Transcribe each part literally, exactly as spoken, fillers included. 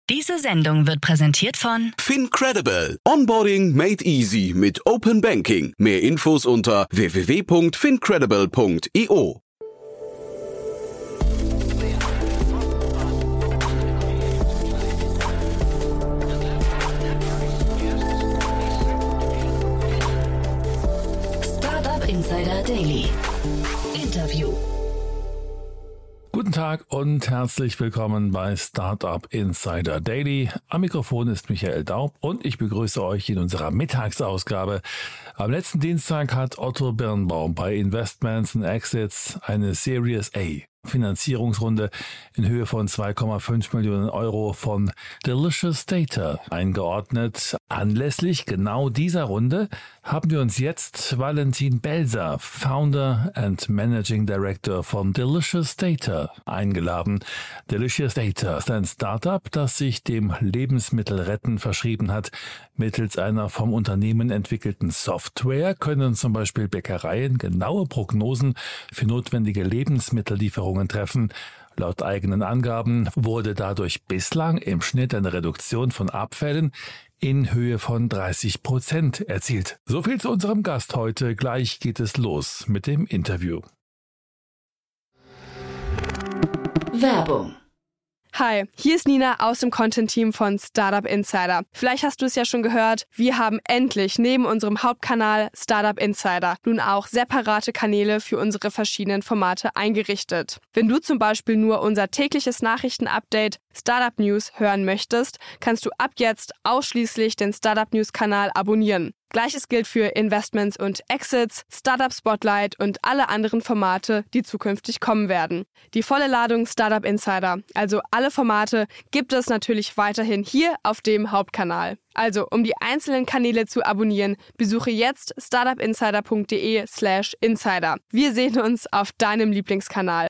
Diese Sendung wird präsentiert von FinCredible. Onboarding made easy mit Open Banking. Mehr Infos unter w w w punkt fincredible punkt i o. Startup Insider Daily. Interview. Guten Tag und herzlich willkommen bei Startup Insider Daily. Am Mikrofon ist Michael Daub und ich begrüße euch in unserer Mittagsausgabe. Am letzten Dienstag hat Otto Birnbaum bei Investments and Exits eine Series A Finanzierungsrunde in Höhe von zwei Komma fünf Millionen Euro von Delicious Data eingeordnet. Anlässlich genau dieser Runde haben wir uns jetzt Valentin Belser, Founder and Managing Director von Delicious Data, eingeladen. Delicious Data ist ein Startup, das sich dem Lebensmittelretten verschrieben hat. Mittels einer vom Unternehmen entwickelten Software können zum Beispiel Bäckereien genaue Prognosen für notwendige Lebensmittellieferungen treffen. Laut eigenen Angaben wurde dadurch bislang im Schnitt eine Reduktion von Abfällen in Höhe von dreißig Prozent erzielt. So viel zu unserem Gast heute. Gleich geht es los mit dem Interview. Werbung. Hi, hier ist Nina aus dem Content-Team von Startup Insider. Vielleicht hast du es ja schon gehört, wir haben endlich neben unserem Hauptkanal Startup Insider nun auch separate Kanäle für unsere verschiedenen Formate eingerichtet. Wenn du zum Beispiel nur unser tägliches Nachrichtenupdate Startup News hören möchtest, kannst du ab jetzt ausschließlich den Startup News-Kanal abonnieren. Gleiches gilt für Investments und Exits, Startup Spotlight und alle anderen Formate, die zukünftig kommen werden. Die volle Ladung Startup Insider, also alle Formate, gibt es natürlich weiterhin hier auf dem Hauptkanal. Also, um die einzelnen Kanäle zu abonnieren, besuche jetzt startupinsider punkt de slash insider. Wir sehen uns auf deinem Lieblingskanal.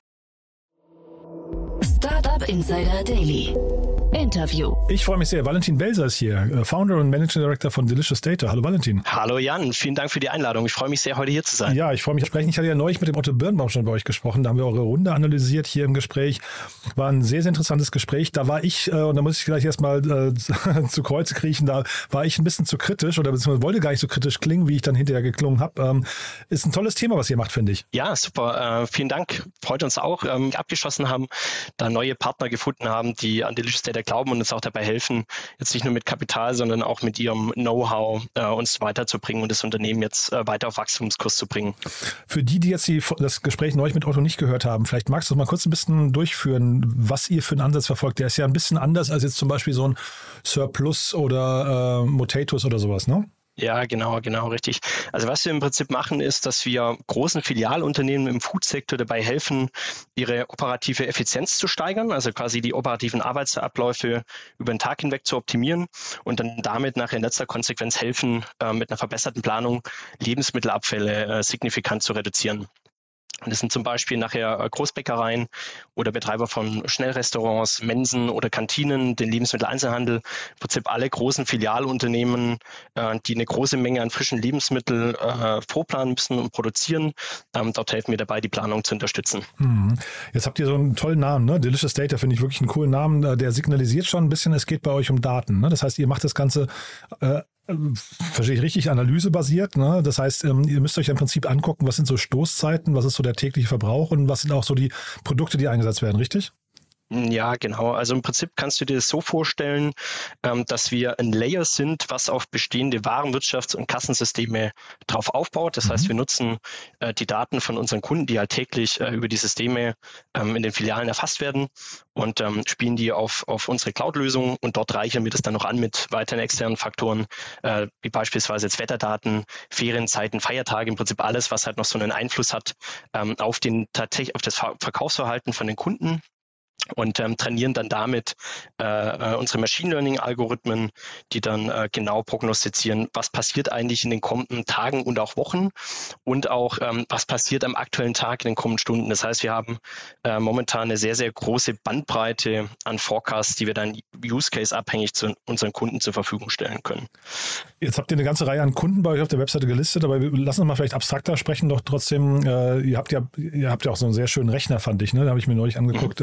Startup Insider Daily. Interview. Ich freue mich sehr. Valentin Belser ist hier, Founder und Managing Director von Delicious Data. Hallo Valentin. Hallo Jan, vielen Dank für die Einladung. Ich freue mich sehr, heute hier zu sein. Ja, ich freue mich zu sprechen. Ich hatte ja neulich mit dem Otto Birnbaum schon bei euch gesprochen. Da haben wir eure Runde analysiert hier im Gespräch. War ein sehr, sehr interessantes Gespräch. Da war ich, und da muss ich gleich erstmal äh, zu Kreuze kriechen, da war ich ein bisschen zu kritisch oder beziehungsweise wollte gar nicht so kritisch klingen, wie ich dann hinterher geklungen habe. Ähm, ist ein tolles Thema, was ihr macht, finde ich. Ja, super. Äh, vielen Dank. Freut uns auch, ähm, abgeschlossen haben, da neue Partner gefunden haben, die an Delicious Data glauben und uns auch dabei helfen, jetzt nicht nur mit Kapital, sondern auch mit ihrem Know-how äh, uns weiterzubringen und das Unternehmen jetzt äh, weiter auf Wachstumskurs zu bringen. Für die, die jetzt die, das Gespräch neulich mit Otto nicht gehört haben, vielleicht magst du mal kurz ein bisschen durchführen, was ihr für einen Ansatz verfolgt. Der ist ja ein bisschen anders als jetzt zum Beispiel so ein Surplus oder äh, Motatus oder sowas, ne? Ja, genau, genau, richtig. Also was wir im Prinzip machen, ist, dass wir großen Filialunternehmen im Food-Sektor dabei helfen, ihre operative Effizienz zu steigern, also quasi die operativen Arbeitsabläufe über den Tag hinweg zu optimieren und dann damit nachher in letzter Konsequenz helfen, äh, mit einer verbesserten Planung Lebensmittelabfälle äh, signifikant zu reduzieren. Das sind zum Beispiel nachher Großbäckereien oder Betreiber von Schnellrestaurants, Mensen oder Kantinen, den Lebensmitteleinzelhandel, im Prinzip alle großen Filialunternehmen, äh, die eine große Menge an frischen Lebensmitteln äh, vorplanen müssen und produzieren. Ähm, dort helfen wir dabei, die Planung zu unterstützen. Hm. Jetzt habt ihr so einen tollen Namen, ne? Delicious Data finde ich wirklich einen coolen Namen. Der signalisiert schon ein bisschen, es geht bei euch um Daten. Ne? Das heißt, ihr macht das Ganze äh, verstehe ich richtig, analysebasiert. Ne? Das heißt, ihr müsst euch im Prinzip angucken, was sind so Stoßzeiten, was ist so der tägliche Verbrauch und was sind auch so die Produkte, die eingesetzt werden, richtig? Ja, genau. Also im Prinzip kannst du dir das so vorstellen, ähm, dass wir ein Layer sind, was auf bestehende Warenwirtschafts- und Kassensysteme drauf aufbaut. Das mhm. heißt, wir nutzen äh, die Daten von unseren Kunden, die halt täglich äh, über die Systeme ähm, in den Filialen erfasst werden und ähm, spielen die auf, auf unsere Cloud-Lösung und dort reichern wir das dann noch an mit weiteren externen Faktoren, äh, wie beispielsweise jetzt Wetterdaten, Ferienzeiten, Feiertage, im Prinzip alles, was halt noch so einen Einfluss hat ähm, auf, den, auf das Verkaufsverhalten von den Kunden. Und ähm, trainieren dann damit äh, unsere Machine Learning-Algorithmen, die dann äh, genau prognostizieren, was passiert eigentlich in den kommenden Tagen und auch Wochen und auch, ähm, was passiert am aktuellen Tag in den kommenden Stunden. Das heißt, wir haben äh, momentan eine sehr, sehr große Bandbreite an Forecasts, die wir dann Use-Case-abhängig zu unseren Kunden zur Verfügung stellen können. Jetzt habt ihr eine ganze Reihe an Kunden bei euch auf der Webseite gelistet, aber wir lassen uns mal vielleicht abstrakter sprechen, doch trotzdem, äh, ihr habt ja ihr habt ja auch so einen sehr schönen Rechner, fand ich, ne? Da habe ich mir neulich angeguckt. Mhm. Ähm,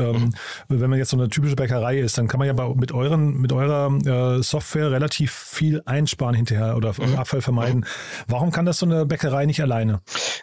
wenn man jetzt so eine typische Bäckerei ist, dann kann man ja bei, mit, euren, mit eurer äh, Software relativ viel einsparen hinterher oder mhm. Abfall vermeiden. Warum kann das so eine Bäckerei nicht alleine?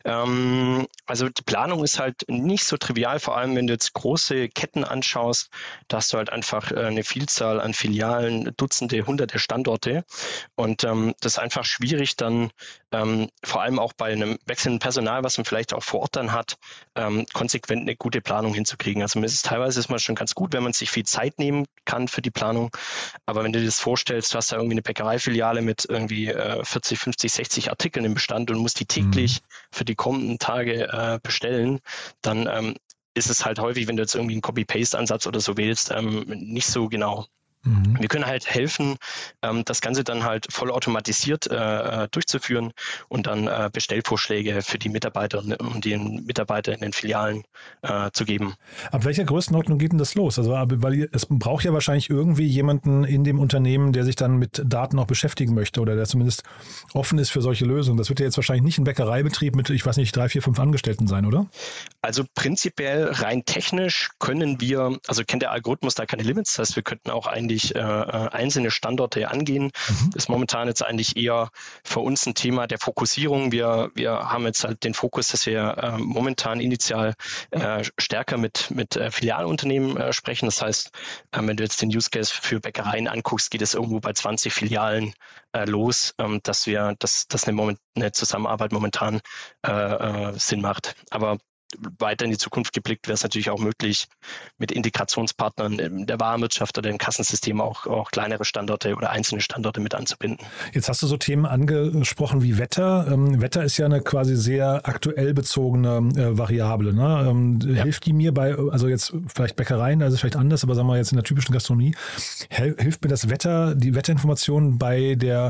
Ähm, also die Planung ist halt nicht so trivial, vor allem wenn du jetzt große Ketten anschaust, da hast du halt einfach äh, eine Vielzahl an Filialen, Dutzende, Hunderte Standorte und ähm, das ist einfach schwierig dann, ähm, vor allem auch bei einem wechselnden Personal, was man vielleicht auch vor Ort dann hat, ähm, konsequent eine gute Planung hinzukriegen. Also es ist teilweise ist man schon ganz gut, wenn man sich viel Zeit nehmen kann für die Planung, aber wenn du dir das vorstellst, du hast da irgendwie eine Bäckereifiliale mit irgendwie äh, vierzig, fünfzig, sechzig Artikeln im Bestand und musst die täglich mhm. für die kommenden Tage äh, bestellen, dann ähm, ist es halt häufig, wenn du jetzt irgendwie einen Copy-Paste-Ansatz oder so wählst, ähm, nicht so genau. Mhm. Wir können halt helfen, ähm, das Ganze dann halt vollautomatisiert äh, durchzuführen und dann äh, Bestellvorschläge für die Mitarbeiter und die Mitarbeiter in den Filialen äh, zu geben. Ab welcher Größenordnung geht denn das los? Also, weil es braucht ja wahrscheinlich irgendwie jemanden in dem Unternehmen, der sich dann mit Daten auch beschäftigen möchte oder der zumindest offen ist für solche Lösungen. Das wird ja jetzt wahrscheinlich nicht ein Bäckereibetrieb mit, ich weiß nicht, drei, vier, fünf Angestellten sein, oder? Also prinzipiell rein technisch können wir, also kennt der Algorithmus da keine Limits, das heißt, wir könnten auch eigentlich Äh, einzelne Standorte angehen. Mhm. Ist momentan jetzt eigentlich eher für uns ein Thema der Fokussierung. Wir, wir haben jetzt halt den Fokus, dass wir äh, momentan initial äh, stärker mit, mit äh, Filialunternehmen äh, sprechen. Das heißt, äh, wenn du jetzt den Use Case für Bäckereien anguckst, geht es irgendwo bei zwanzig Filialen äh, los, ähm, dass wir, dass, dass eine, Moment, eine Zusammenarbeit momentan äh, äh, Sinn macht. Aber weiter in die Zukunft geblickt wäre es natürlich auch möglich, mit Integrationspartnern in der Warenwirtschaft oder im Kassensystem auch, auch kleinere Standorte oder einzelne Standorte mit anzubinden. Jetzt hast du so Themen angesprochen wie Wetter. Ähm, Wetter ist ja eine quasi sehr aktuell bezogene äh, Variable. Ne? Ähm, ja. Hilft die mir bei, also jetzt vielleicht Bäckereien, also vielleicht anders, aber sagen wir jetzt in der typischen Gastronomie, hilft mir das Wetter, die Wetterinformation bei der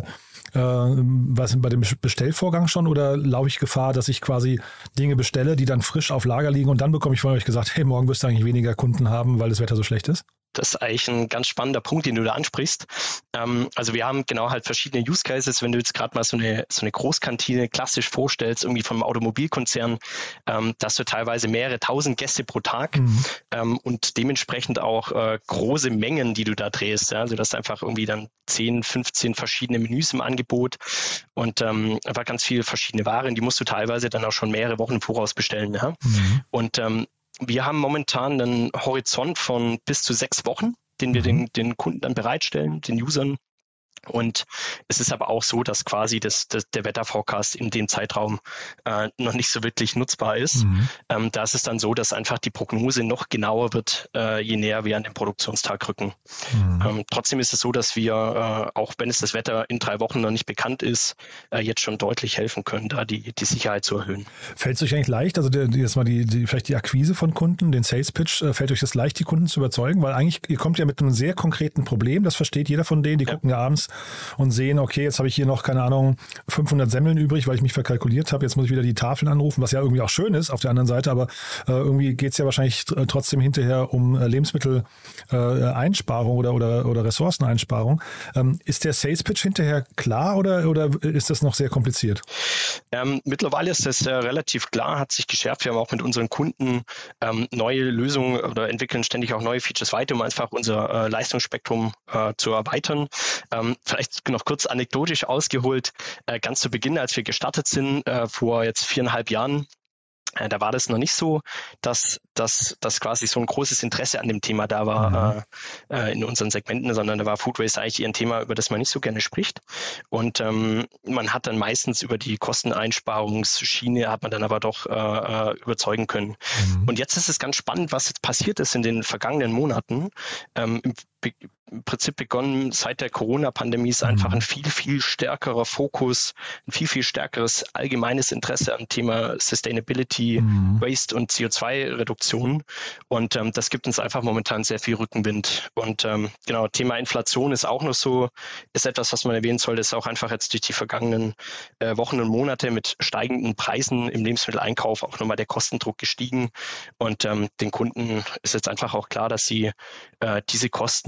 was bei dem Bestellvorgang schon oder laufe ich Gefahr, dass ich quasi Dinge bestelle, die dann frisch auf Lager liegen und dann bekomme ich von euch gesagt, hey, morgen wirst du eigentlich weniger Kunden haben, weil das Wetter so schlecht ist? Das ist eigentlich ein ganz spannender Punkt, den du da ansprichst. Ähm, also wir haben genau halt verschiedene Use Cases. Wenn du jetzt gerade mal so eine, so eine Großkantine klassisch vorstellst, irgendwie vom Automobilkonzern, ähm, dass du teilweise mehrere tausend Gäste pro Tag mhm. ähm, und dementsprechend auch äh, große Mengen, die du da drehst. Ja? Also das ist einfach irgendwie dann zehn, fünfzehn verschiedene Menüs im Angebot und ähm, einfach ganz viele verschiedene Waren. Die musst du teilweise dann auch schon mehrere Wochen im Voraus bestellen. Ja? Mhm. Und ähm, wir haben momentan einen Horizont von bis zu sechs Wochen, den wir den, den Kunden dann bereitstellen, den Usern. Und es ist aber auch so, dass quasi das, das, der Wetterforecast in dem Zeitraum äh, noch nicht so wirklich nutzbar ist. Mhm. Ähm, da ist es dann so, dass einfach die Prognose noch genauer wird, äh, je näher wir an den Produktionstag rücken. Mhm. Ähm, trotzdem ist es so, dass wir, äh, auch wenn es das Wetter in drei Wochen noch nicht bekannt ist, äh, jetzt schon deutlich helfen können, da die, die Sicherheit zu erhöhen. Fällt es euch eigentlich leicht, also der, jetzt mal die, die, vielleicht die Akquise von Kunden, den Sales Pitch, äh, fällt euch das leicht, die Kunden zu überzeugen? Weil eigentlich, ihr kommt ja mit einem sehr konkreten Problem, das versteht jeder von denen, die ja. gucken ja abends und sehen, okay, jetzt habe ich hier noch, keine Ahnung, fünfhundert Semmeln übrig, weil ich mich verkalkuliert habe. Jetzt muss ich wieder die Tafeln anrufen, was ja irgendwie auch schön ist auf der anderen Seite, aber äh, irgendwie geht es ja wahrscheinlich t- trotzdem hinterher um äh, Lebensmitteleinsparung äh, oder, oder, oder Ressourceneinsparung. Ähm, ist der Sales Pitch hinterher klar oder, oder ist das noch sehr kompliziert? Ähm, mittlerweile ist das äh, relativ klar, hat sich geschärft. Wir haben auch mit unseren Kunden ähm, neue Lösungen oder entwickeln ständig auch neue Features weiter, um einfach unser äh, Leistungsspektrum äh, zu erweitern. Ähm, vielleicht noch kurz anekdotisch ausgeholt, äh, ganz zu Beginn, als wir gestartet sind, äh, vor jetzt viereinhalb Jahren, äh, da war das noch nicht so, dass, dass, dass quasi so ein großes Interesse an dem Thema da war mhm. äh, in unseren Segmenten, sondern da war Food Waste eigentlich eher ein Thema, über das man nicht so gerne spricht. Und ähm, man hat dann meistens über die Kosteneinsparungsschiene, hat man dann aber doch äh, überzeugen können. Mhm. Und jetzt ist es ganz spannend, was jetzt passiert ist in den vergangenen Monaten. Ähm, im im Prinzip begonnen seit der Corona-Pandemie ist einfach ein viel, viel stärkerer Fokus, ein viel, viel stärkeres allgemeines Interesse am Thema Sustainability, mhm. Waste und C O zwei Reduktion. Und ähm, das gibt uns einfach momentan sehr viel Rückenwind. Und ähm, genau, Thema Inflation ist auch noch so, ist etwas, was man erwähnen sollte, ist auch einfach jetzt durch die vergangenen äh, Wochen und Monate mit steigenden Preisen im Lebensmitteleinkauf auch nochmal der Kostendruck gestiegen. Und ähm, den Kunden ist jetzt einfach auch klar, dass sie äh, diese Kosten nicht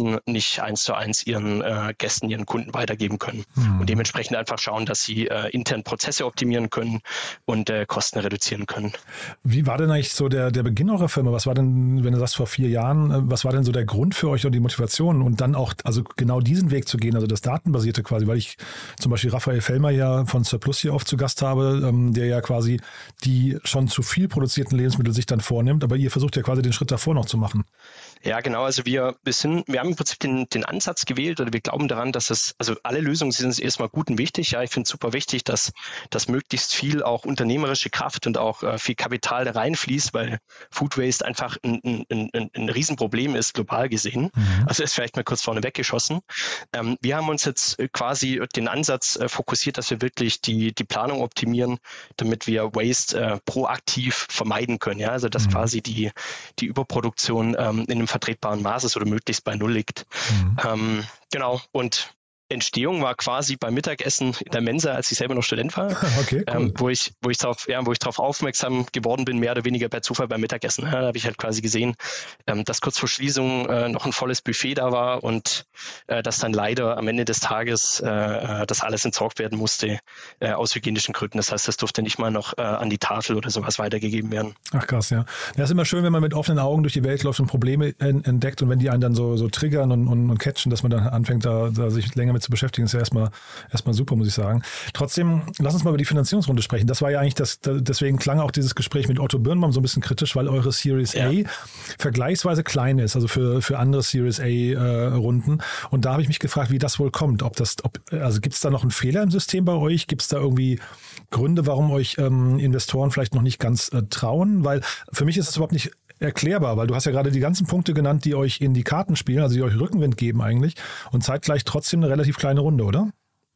wirklich eins zu eins ihren äh, Gästen, ihren Kunden weitergeben können. Mhm. Und dementsprechend einfach schauen, dass sie äh, intern Prozesse optimieren können und äh, Kosten reduzieren können. Wie war denn eigentlich so der, der Beginn eurer Firma? Was war denn, wenn du sagst vor vier Jahren, was war denn so der Grund für euch und die Motivation und dann auch also genau diesen Weg zu gehen, also das Datenbasierte quasi, weil ich zum Beispiel Raphael Fellmer ja von Surplus hier oft zu Gast habe, ähm, der ja quasi die schon zu viel produzierten Lebensmittel sich dann vornimmt, aber ihr versucht ja quasi den Schritt davor noch zu machen. Ja, genau. Also wir, wir sind, wir haben im Prinzip den, den Ansatz gewählt oder wir glauben daran, dass es, also alle Lösungen sind erstmal gut und wichtig. Ja, ich finde es super wichtig, dass, dass möglichst viel auch unternehmerische Kraft und auch äh, viel Kapital da reinfließt, weil Food Waste einfach ein, ein, ein, ein Riesenproblem ist, global gesehen. Mhm. Also ist vielleicht mal kurz vorne weggeschossen. Ähm, wir haben uns jetzt quasi den Ansatz äh, fokussiert, dass wir wirklich die, die Planung optimieren, damit wir Waste äh, proaktiv vermeiden können. Ja, also dass mhm. quasi die, die Überproduktion ähm, in einem vertretbaren Maßes oder möglichst bei Null liegt. Mhm. Ähm, genau, und Entstehung war quasi beim Mittagessen in der Mensa, als ich selber noch Student war, okay, cool. ähm, wo ich, wo ich darauf, ja, wo ich darauf aufmerksam geworden bin, mehr oder weniger per Zufall beim Mittagessen. Ja, da habe ich halt quasi gesehen, ähm, dass kurz vor Schließung äh, noch ein volles Buffet da war und äh, dass dann leider am Ende des Tages äh, das alles entsorgt werden musste äh, aus hygienischen Gründen. Das heißt, das durfte nicht mal noch äh, an die Tafel oder sowas weitergegeben werden. Ach krass, ja. Das ist immer schön, wenn man mit offenen Augen durch die Welt läuft und Probleme entdeckt und wenn die einen dann so, so triggern und, und, und catchen, dass man dann anfängt, da, da sich länger zu beschäftigen, ist ja erstmal, erstmal super, muss ich sagen. Trotzdem, lass uns mal über die Finanzierungsrunde sprechen. Das war ja eigentlich das, deswegen klang auch dieses Gespräch mit Otto Birnbaum so ein bisschen kritisch, weil eure Series ja. A vergleichsweise klein ist, also für, für andere Series A äh, Runden. Und da habe ich mich gefragt, wie das wohl kommt. Ob das, ob, also gibt es da noch einen Fehler im System bei euch? Gibt es da irgendwie Gründe, warum euch ähm, Investoren vielleicht noch nicht ganz äh, trauen? Weil für mich ist es überhaupt nicht erklärbar, weil du hast ja gerade die ganzen Punkte genannt, die euch in die Karten spielen, also die euch Rückenwind geben eigentlich und zeitgleich trotzdem eine relativ kleine Runde, oder?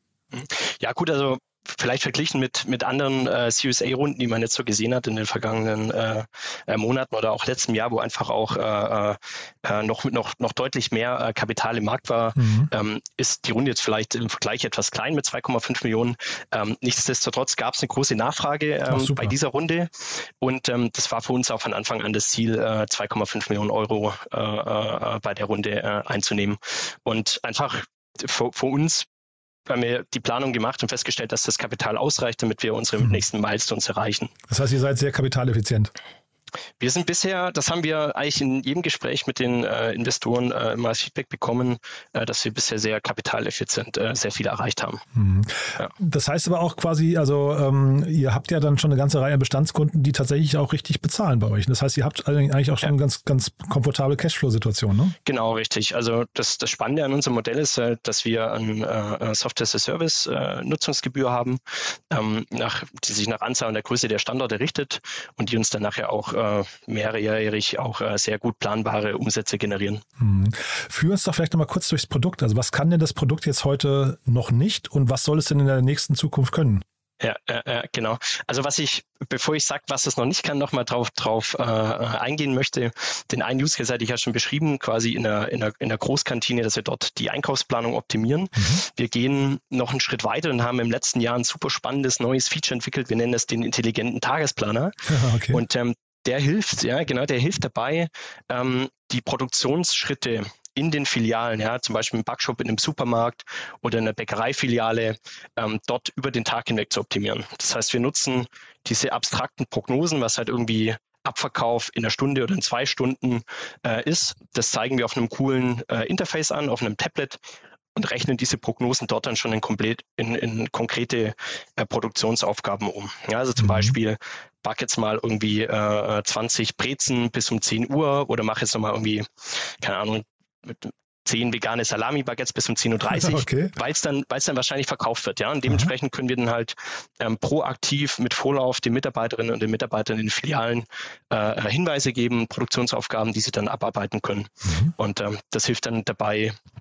Ja gut, also vielleicht verglichen mit, mit anderen äh, Series A-Runden, die man jetzt so gesehen hat in den vergangenen äh, äh, Monaten oder auch letztem Jahr, wo einfach auch äh, äh, noch, noch, noch deutlich mehr äh, Kapital im Markt war, mhm. ähm, ist die Runde jetzt vielleicht im Vergleich etwas klein mit zwei Komma fünf Millionen. Ähm, nichtsdestotrotz gab es eine große Nachfrage ähm, bei dieser Runde und ähm, das war für uns auch von Anfang an das Ziel, äh, zwei Komma fünf Millionen Euro äh, äh, bei der Runde äh, einzunehmen. Und einfach für, für uns haben wir die Planung gemacht und festgestellt, dass das Kapital ausreicht, damit wir unsere mhm. nächsten Milestones erreichen. Das heißt, ihr seid sehr kapitaleffizient. Wir sind bisher, das haben wir eigentlich in jedem Gespräch mit den äh, Investoren äh, immer als Feedback bekommen, äh, dass wir bisher sehr kapitaleffizient äh, sehr viel erreicht haben. Mhm. Ja. Das heißt aber auch quasi, also ähm, ihr habt ja dann schon eine ganze Reihe an Bestandskunden, die tatsächlich auch richtig bezahlen bei euch. Das heißt, ihr habt eigentlich auch schon ja. eine ganz, ganz komfortable Cashflow-Situation, ne? Genau, richtig. Also das, das Spannende an unserem Modell ist, äh, dass wir ein äh, Software-as-a-Service-Nutzungsgebühr äh, haben, ähm, nach, die sich nach Anzahl und der Größe der Standorte richtet und die uns dann nachher auch äh, mehrjährig auch äh, sehr gut planbare Umsätze generieren. Hm. Führ uns doch vielleicht nochmal kurz durchs Produkt. Also was kann denn das Produkt jetzt heute noch nicht und was soll es denn in der nächsten Zukunft können? Ja, äh, genau. Also was ich, bevor ich sage, was es noch nicht kann, nochmal drauf, drauf äh, eingehen möchte, den einen Use Case hatte ich ja schon beschrieben, quasi in der, in der, in der Großkantine, dass wir dort die Einkaufsplanung optimieren. Mhm. Wir gehen noch einen Schritt weiter und haben im letzten Jahr ein super spannendes neues Feature entwickelt. Wir nennen das den intelligenten Tagesplaner. Okay. Und ähm, der hilft, ja genau, der hilft dabei, ähm, die Produktionsschritte in den Filialen, ja, zum Beispiel im Backshop in einem Supermarkt oder in einer Bäckereifiliale, ähm, dort über den Tag hinweg zu optimieren. Das heißt, wir nutzen diese abstrakten Prognosen, was halt irgendwie Abverkauf in einer Stunde oder in zwei Stunden äh, ist. Das zeigen wir auf einem coolen äh, Interface an, auf einem Tablet und rechnen diese Prognosen dort dann schon in, komplett, in, in konkrete äh, Produktionsaufgaben um. Ja, also zum mhm. Beispiel, back jetzt mal irgendwie äh, zwanzig Brezen bis um zehn Uhr oder mach jetzt nochmal irgendwie, keine Ahnung, mit zehn vegane Salami-Baguettes bis um zehn Uhr dreißig, okay. weil es dann, dann wahrscheinlich verkauft wird. Ja? Und dementsprechend Aha. können wir dann halt ähm, proaktiv mit Vorlauf den Mitarbeiterinnen und den Mitarbeitern in den Filialen äh, Hinweise geben, Produktionsaufgaben, die sie dann abarbeiten können. Mhm. Und ähm, das hilft dann dabei,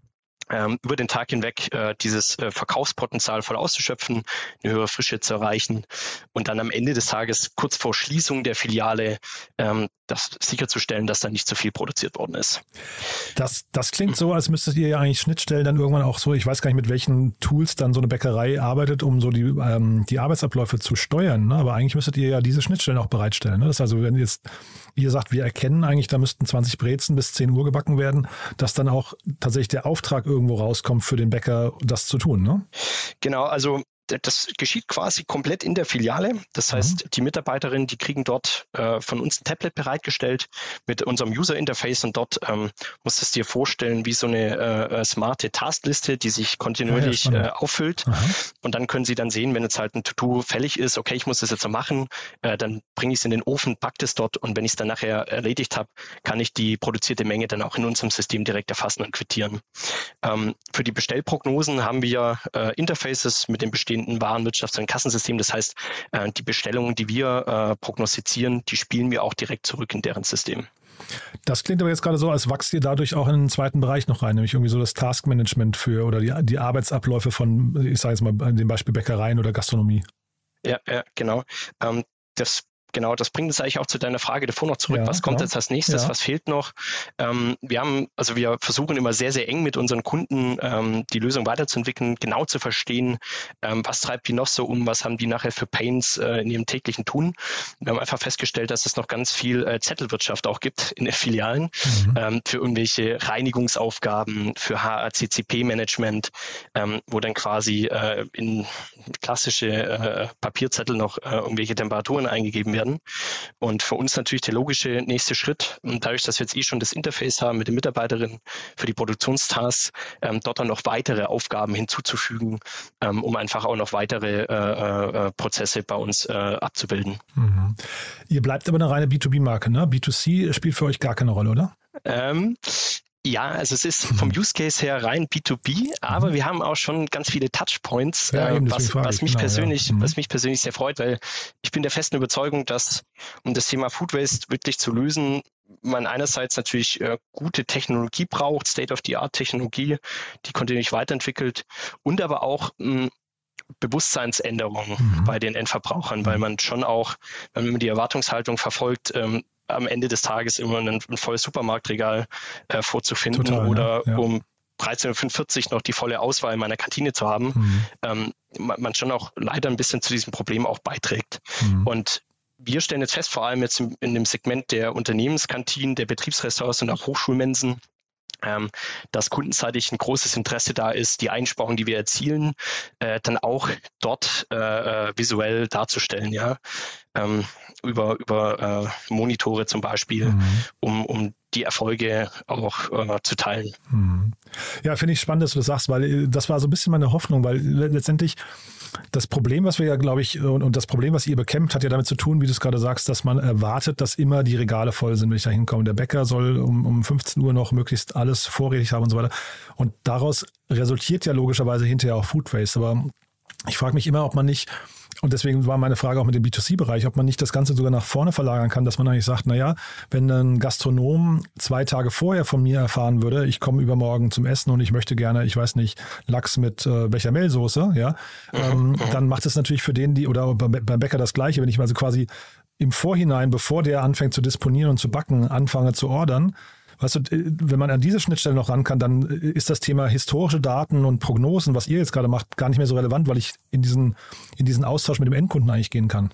über den Tag hinweg äh, dieses äh, Verkaufspotenzial voll auszuschöpfen, eine höhere Frische zu erreichen und dann am Ende des Tages kurz vor Schließung der Filiale ähm, das sicherzustellen, dass da nicht zu viel produziert worden ist. Das, das klingt so, als müsstet ihr ja eigentlich Schnittstellen dann irgendwann auch so, ich weiß gar nicht, mit welchen Tools dann so eine Bäckerei arbeitet, um so die, ähm, die Arbeitsabläufe zu steuern. Ne? Aber eigentlich müsstet ihr ja diese Schnittstellen auch bereitstellen. Ne? Das ist also, wenn jetzt ihr sagt, wir erkennen eigentlich, da müssten zwanzig Brezen bis zehn Uhr gebacken werden, dass dann auch tatsächlich der Auftrag irgendwo rauskommt für den Bäcker, das zu tun, ne? Genau, also das geschieht quasi komplett in der Filiale. Das heißt, mhm. die Mitarbeiterinnen, die kriegen dort äh, von uns ein Tablet bereitgestellt mit unserem User-Interface und dort ähm, musst du es dir vorstellen wie so eine äh, smarte Taskliste, die sich kontinuierlich ja, ja, äh, auffüllt. Aha. Und dann können sie dann sehen, wenn jetzt halt ein To-Do fällig ist, okay, ich muss das jetzt so machen, äh, dann bringe ich es in den Ofen, packe es dort und wenn ich es dann nachher erledigt habe, kann ich die produzierte Menge dann auch in unserem System direkt erfassen und quittieren. Ähm, für die Bestellprognosen haben wir äh, Interfaces mit den bestehenden Warenwirtschafts- und Kassensystem. Das heißt, äh, die Bestellungen, die wir äh, prognostizieren, die spielen wir auch direkt zurück in deren System. Das klingt aber jetzt gerade so, als wachst ihr dadurch auch in den zweiten Bereich noch rein, nämlich irgendwie so das Taskmanagement für oder die, die Arbeitsabläufe von, ich sage jetzt mal in dem Beispiel Bäckereien oder Gastronomie. Ja, ja, genau. Ähm, das Genau, das bringt uns eigentlich auch zu deiner Frage davor noch zurück. Ja, was kommt genau. jetzt als nächstes? Ja. Was fehlt noch? Ähm, wir haben, also wir versuchen immer sehr, sehr eng mit unseren Kunden ähm, die Lösung weiterzuentwickeln, genau zu verstehen, ähm, was treibt die noch so um, was haben die nachher für Pains äh, in ihrem täglichen Tun. Wir haben einfach festgestellt, dass es noch ganz viel äh, Zettelwirtschaft auch gibt in den Filialen mhm. ähm, für irgendwelche Reinigungsaufgaben, für H A C C P-Management, ähm, wo dann quasi äh, in klassische äh, Papierzettel noch äh, irgendwelche Temperaturen eingegeben werden. Und für uns natürlich der logische nächste Schritt, und dadurch, dass wir jetzt eh schon das Interface haben mit den Mitarbeiterinnen für die Produktionstasks, ähm, dort dann noch weitere Aufgaben hinzuzufügen, ähm, um einfach auch noch weitere äh, äh, Prozesse bei uns äh, abzubilden. Mhm. Ihr bleibt aber eine reine B zwei B-Marke, ne? B zwei C spielt für euch gar keine Rolle, oder? Ähm, Ja, also es ist vom Use Case her rein B zwei B, aber mhm. wir haben auch schon ganz viele Touchpoints, ja, äh, was, was, mich genau, persönlich, ja. mhm. was mich persönlich sehr freut, weil ich bin der festen Überzeugung, dass, um das Thema Food Waste wirklich zu lösen, man einerseits natürlich äh, gute Technologie braucht, State-of-the-Art-Technologie, die kontinuierlich weiterentwickelt und aber auch mh, Bewusstseinsänderungen mhm. bei den Endverbrauchern, weil man schon auch, wenn man die Erwartungshaltung verfolgt, ähm, am Ende des Tages immer ein, ein volles Supermarktregal äh, vorzufinden Total, oder ja, ja. um dreizehn Uhr fünfundvierzig noch die volle Auswahl in meiner Kantine zu haben, mhm. ähm, man, man schon auch leider ein bisschen zu diesem Problem auch beiträgt. Mhm. Und wir stellen jetzt fest, vor allem jetzt in, in dem Segment der Unternehmenskantinen, der Betriebsrestaurants und auch Hochschulmensen, Ähm, dass kundenseitig ein großes Interesse da ist, die Einsparungen, die wir erzielen, äh, dann auch dort äh, visuell darzustellen, ja, ähm, über, über äh, Monitore zum Beispiel, mhm. um, um die Erfolge auch äh, zu teilen. Mhm. Ja, finde ich spannend, dass du das sagst, weil das war so ein bisschen meine Hoffnung, weil letztendlich das Problem, was wir ja, glaube ich, und, und das Problem, was ihr bekämpft, hat ja damit zu tun, wie du es gerade sagst, dass man erwartet, dass immer die Regale voll sind, wenn ich da hinkomme. Der Bäcker soll um, um fünfzehn Uhr noch möglichst alles vorrätig haben und so weiter. Und daraus resultiert ja logischerweise hinterher auch Food Waste. Aber ich frage mich immer, ob man nicht, und deswegen war meine Frage auch mit dem B zwei C-Bereich, ob man nicht das Ganze sogar nach vorne verlagern kann, dass man eigentlich sagt, naja, wenn ein Gastronom zwei Tage vorher von mir erfahren würde, ich komme übermorgen zum Essen und ich möchte gerne, ich weiß nicht, Lachs mit äh, Bechamelsoße, ja, ähm, dann macht es natürlich für den, die, oder beim Bäcker das Gleiche, wenn ich also quasi im Vorhinein, bevor der anfängt zu disponieren und zu backen, anfange zu ordern. Weißt du, wenn man an diese Schnittstelle noch ran kann, dann ist das Thema historische Daten und Prognosen, was ihr jetzt gerade macht, gar nicht mehr so relevant, weil ich in diesen, in diesen Austausch mit dem Endkunden eigentlich gehen kann.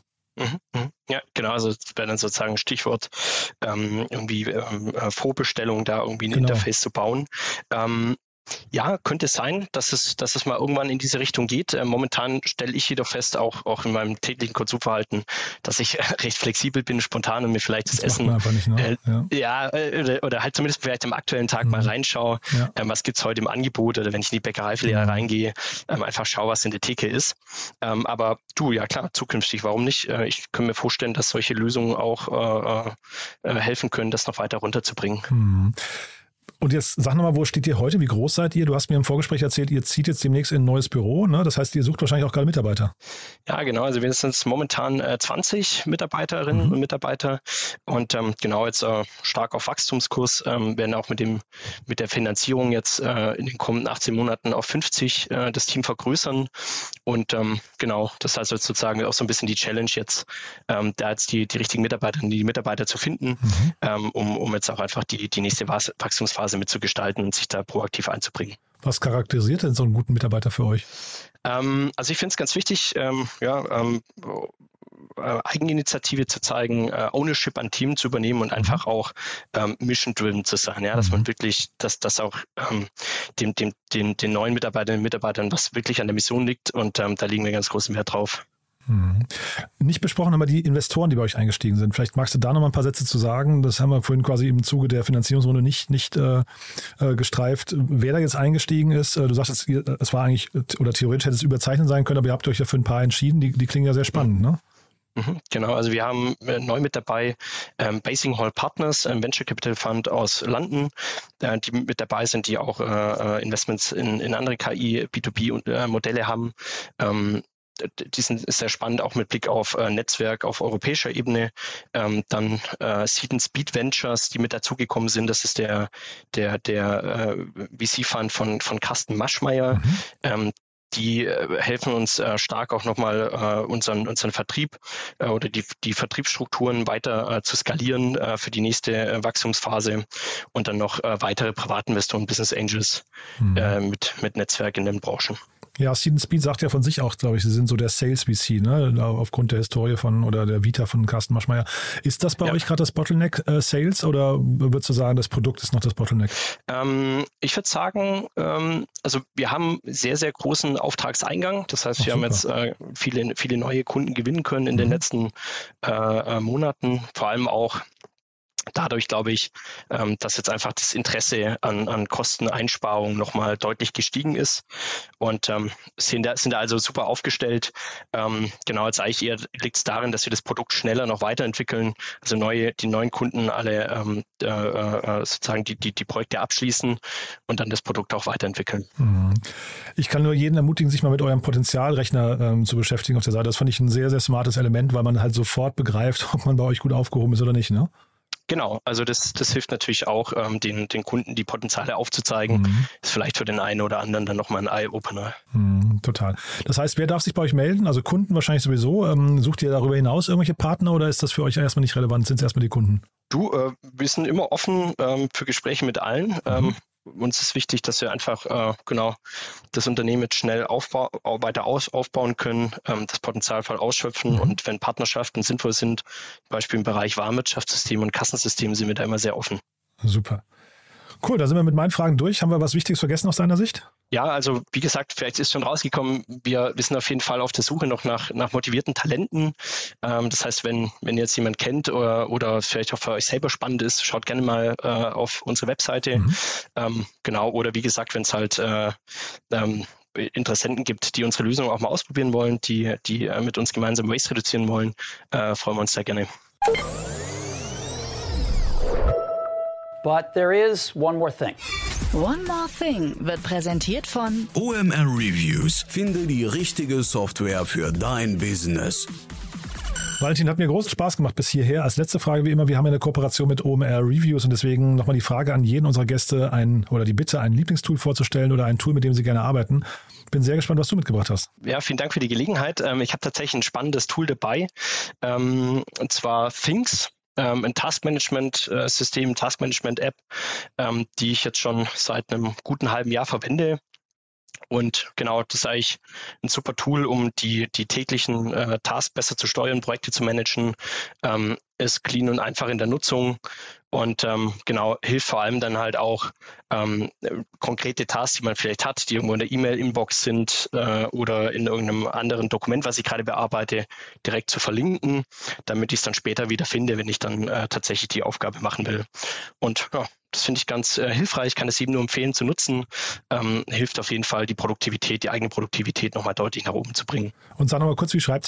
Ja, genau, also das wäre dann sozusagen Stichwort ähm, irgendwie ähm, Vorbestellung, da irgendwie ein genau. Interface zu bauen. Ähm, Ja, könnte es sein, dass es, dass es mal irgendwann in diese Richtung geht. Äh, momentan stelle ich jedoch fest, auch, auch in meinem täglichen Konsumverhalten, dass ich recht flexibel bin, spontan und mir vielleicht das, das Essen, einfach nicht, ne? äh, ja, ja oder, oder halt zumindest vielleicht am aktuellen Tag mhm. mal reinschaue, ja. ähm, was gibt's heute im Angebot oder wenn ich in die Bäckereifiliale mhm. reingehe, ähm, einfach schaue, was in der Theke ist. Ähm, aber du, ja klar, zukünftig, warum nicht? Äh, ich kann mir vorstellen, dass solche Lösungen auch äh, äh, helfen können, das noch weiter runterzubringen. Mhm. Und jetzt sag nochmal, wo steht ihr heute? Wie groß seid ihr? Du hast mir im Vorgespräch erzählt, ihr zieht jetzt demnächst in ein neues Büro. Ne? Das heißt, ihr sucht wahrscheinlich auch gerade Mitarbeiter. Ja, genau. Also wir sind momentan äh, zwanzig Mitarbeiterinnen mhm. und Mitarbeiter und ähm, genau jetzt äh, stark auf Wachstumskurs. Ähm, werden auch mit dem mit der Finanzierung jetzt äh, in den kommenden achtzehn Monaten auf fünfzig äh, das Team vergrößern. Und ähm, genau, das heißt sozusagen auch so ein bisschen die Challenge jetzt, ähm, da jetzt die, die richtigen Mitarbeiterinnen, die Mitarbeiter zu finden, mhm. ähm, um, um jetzt auch einfach die, die nächste Wachstumsphase mitzugestalten und sich da proaktiv einzubringen. Was charakterisiert denn so einen guten Mitarbeiter für euch? Ähm, also ich finde es ganz wichtig, ähm, ja, ähm, äh, Eigeninitiative zu zeigen, äh, Ownership an Team zu übernehmen und mhm. einfach auch ähm, mission-driven zu sein, ja, dass mhm. man wirklich, dass das auch ähm, dem, dem, den, den neuen Mitarbeiterinnen und Mitarbeitern was wirklich an der Mission liegt und ähm, da legen wir ganz großen Wert drauf. Hm. Nicht besprochen haben wir die Investoren, die bei euch eingestiegen sind. Vielleicht magst du da noch mal ein paar Sätze zu sagen. Das haben wir vorhin quasi im Zuge der Finanzierungsrunde nicht, nicht äh, gestreift. Wer da jetzt eingestiegen ist, du sagst, es war eigentlich, oder theoretisch hätte es überzeichnet sein können, aber ihr habt euch ja für ein paar entschieden. Die, die klingen ja sehr spannend, ne? Genau, also wir haben äh, neu mit dabei ähm, Basing Hall Partners, ein Venture Capital Fund aus London, äh, die mit dabei sind, die auch äh, Investments in, in andere K I, B zwei B und, äh, Modelle haben. Ähm, Die sind sehr spannend, auch mit Blick auf äh, Netzwerk auf europäischer Ebene. Ähm, dann äh, Seed and Speed Ventures, die mit dazugekommen sind. Das ist der, der, der äh, V C-Fund von, von Carsten Maschmeyer. Mhm. Ähm, die äh, helfen uns äh, stark auch nochmal äh, unseren, unseren Vertrieb äh, oder die, die Vertriebsstrukturen weiter äh, zu skalieren äh, für die nächste äh, Wachstumsphase und dann noch äh, weitere Privatinvestoren, Business Angels mhm. äh, mit, mit Netzwerk in den Branchen. Ja, Seed and Speed sagt ja von sich auch, glaube ich, sie sind so der Sales-V C, ne? Aufgrund der Historie von oder der Vita von Carsten Maschmeyer. Ist das bei ja. euch gerade das Bottleneck äh, Sales oder würdest du sagen, das Produkt ist noch das Bottleneck? Ähm, ich würde sagen, ähm, also wir haben sehr, sehr großen Auftragseingang. Das heißt, Ach, wir super. haben jetzt äh, viele, viele neue Kunden gewinnen können in mhm. den letzten äh, Monaten, vor allem auch dadurch, glaube ich, dass jetzt einfach das Interesse an, an Kosteneinsparungen nochmal deutlich gestiegen ist und ähm, sind, da, sind da also super aufgestellt. Ähm, genau, als eigentlich eher liegt es darin, dass wir das Produkt schneller noch weiterentwickeln, also neue, die neuen Kunden alle ähm, äh, sozusagen die, die, die Projekte abschließen und dann das Produkt auch weiterentwickeln. Ich kann nur jeden ermutigen, sich mal mit eurem Potenzialrechner ähm, zu beschäftigen auf der Seite. Das fand ich ein sehr, sehr smartes Element, weil man halt sofort begreift, ob man bei euch gut aufgehoben ist oder nicht, ne? Genau, also das, das hilft natürlich auch, ähm, den, den Kunden die Potenziale aufzuzeigen. Mhm. Ist vielleicht für den einen oder anderen dann nochmal ein Eye-Opener. Mhm, total. Das heißt, wer darf sich bei euch melden? Also Kunden wahrscheinlich sowieso. Ähm, sucht ihr darüber hinaus irgendwelche Partner oder ist das für euch erstmal nicht relevant? Sind es erstmal die Kunden? Du, äh, wir sind immer offen ähm, für Gespräche mit allen. Mhm. Ähm, uns ist wichtig, dass wir einfach äh, genau das Unternehmen jetzt schnell aufbau, weiter aus, aufbauen können, ähm, das Potenzial voll ausschöpfen mhm. und wenn Partnerschaften sinnvoll sind, zum Beispiel im Bereich Warenwirtschaftssystem und Kassensystem, sind wir da immer sehr offen. Super. Cool, da sind wir mit meinen Fragen durch. Haben wir was Wichtiges vergessen aus deiner Sicht? Ja, also wie gesagt, vielleicht ist schon rausgekommen, wir, wir sind auf jeden Fall auf der Suche noch nach, nach motivierten Talenten. Ähm, das heißt, wenn, wenn ihr jetzt jemand kennt oder, oder vielleicht auch für euch selber spannend ist, schaut gerne mal äh, auf unsere Webseite. Mhm. Ähm, genau, oder wie gesagt, wenn es halt äh, ähm, Interessenten gibt, die unsere Lösung auch mal ausprobieren wollen, die, die äh, mit uns gemeinsam Waste reduzieren wollen, äh, freuen wir uns sehr gerne. But there is one more thing. One More Thing wird präsentiert von O M R Reviews. Finde die richtige Software für dein Business. Valentin, hat mir großen Spaß gemacht bis hierher. Als letzte Frage wie immer, wir haben ja eine Kooperation mit O M R Reviews und deswegen nochmal die Frage an jeden unserer Gäste ein, oder die Bitte, ein Lieblingstool vorzustellen oder ein Tool, mit dem sie gerne arbeiten. Bin sehr gespannt, was du mitgebracht hast. Ja, vielen Dank für die Gelegenheit. Ich habe tatsächlich ein spannendes Tool dabei, und zwar Things. ein Taskmanagement-System, Taskmanagement-App, die ich jetzt schon seit einem guten halben Jahr verwende. Und genau, das ist eigentlich ein super Tool, um die, die täglichen äh, Tasks besser zu steuern, Projekte zu managen. Ähm, ist clean und einfach in der Nutzung und ähm, genau, hilft vor allem dann halt auch ähm, konkrete Tasks, die man vielleicht hat, die irgendwo in der E-Mail-Inbox sind äh, oder in irgendeinem anderen Dokument, was ich gerade bearbeite, direkt zu verlinken, damit ich es dann später wieder finde, wenn ich dann äh, tatsächlich die Aufgabe machen will. Und ja, das finde ich ganz äh, hilfreich, kann es jedem nur empfehlen zu nutzen. Ähm, hilft auf jeden Fall, die Produktivität, die eigene Produktivität nochmal deutlich nach oben zu bringen. Und sag nochmal kurz, wie schreibt sich das?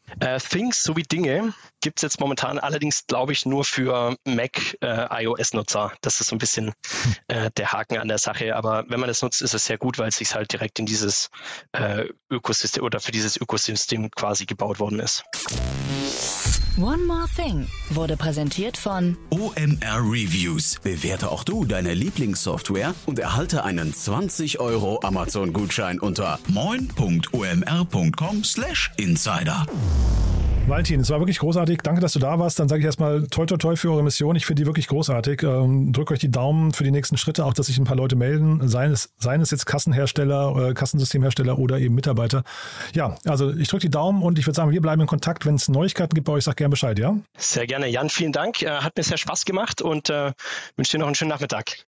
Äh, Things sowie Dinge gibt es jetzt momentan allerdings, glaube ich, nur für Mac äh, iOS-Nutzer. Das ist so ein bisschen äh, der Haken an der Sache. Aber wenn man das nutzt, ist es sehr gut, weil es sich halt direkt in dieses äh, Ökosystem oder für dieses Ökosystem quasi gebaut worden ist. One More Thing wurde präsentiert von O M R Reviews. Bewerte auch du deine Lieblingssoftware und erhalte einen zwanzig Euro Amazon-Gutschein unter moin punkt o m r punkt com slash insider. Valentin, es war wirklich großartig. Danke, dass du da warst. Dann sage ich erstmal toi toi toi für eure Mission. Ich finde die wirklich großartig. Ähm, drückt euch die Daumen für die nächsten Schritte, auch dass sich ein paar Leute melden, seien es, seien es jetzt Kassenhersteller, äh, Kassensystemhersteller oder eben Mitarbeiter. Ja, also ich drücke die Daumen und ich würde sagen, wir bleiben in Kontakt. Wenn es Neuigkeiten gibt bei euch, sag gerne Bescheid, ja? Sehr gerne, Jan. Vielen Dank. Äh, hat mir sehr Spaß gemacht und äh, wünsche dir noch einen schönen Nachmittag.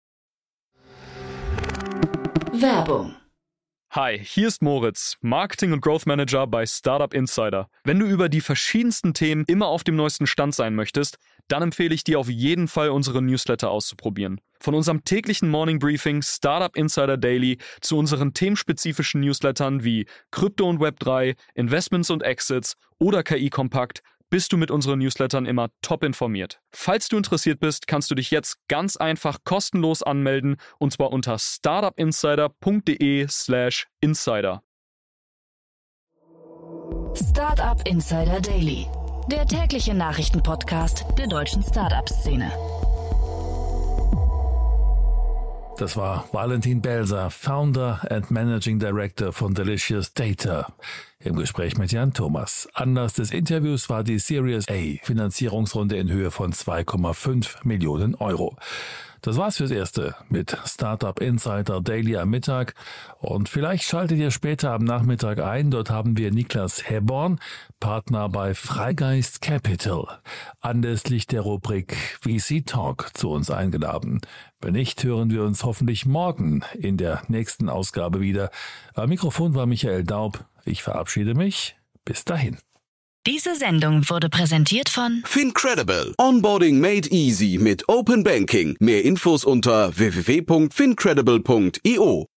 Werbung. Hi, hier ist Moritz, Marketing- und Growth Manager bei Startup Insider. Wenn du über die verschiedensten Themen immer auf dem neuesten Stand sein möchtest, dann empfehle ich dir auf jeden Fall, unsere Newsletter auszuprobieren. Von unserem täglichen Morning Briefing Startup Insider Daily zu unseren themenspezifischen Newslettern wie Krypto und Web drei, Investments und Exits oder K I-Kompakt, bist du mit unseren Newslettern immer top informiert. Falls du interessiert bist, kannst du dich jetzt ganz einfach kostenlos anmelden und zwar unter startupinsider.de slash insider. Startup Insider Daily, der tägliche Nachrichtenpodcast der deutschen Startup-Szene. Das war Valentin Belser, Founder and Managing Director von Delicious Data, im Gespräch mit Jan Thomas. Anlass des Interviews war die Series A, Finanzierungsrunde in Höhe von zwei Komma fünf Millionen Euro. Das war's fürs Erste mit Startup Insider Daily am Mittag und vielleicht schaltet ihr später am Nachmittag ein. Dort haben wir Niklas Hebborn, Partner bei Freigeist Capital, anlässlich der Rubrik V C Talk zu uns eingeladen. Wenn nicht, hören wir uns hoffentlich morgen in der nächsten Ausgabe wieder. Am Mikrofon war Michael Daub. Ich verabschiede mich. Bis dahin. Diese Sendung wurde präsentiert von FinCredible. Onboarding made easy mit Open Banking. Mehr Infos unter w w w punkt fincredible punkt i o.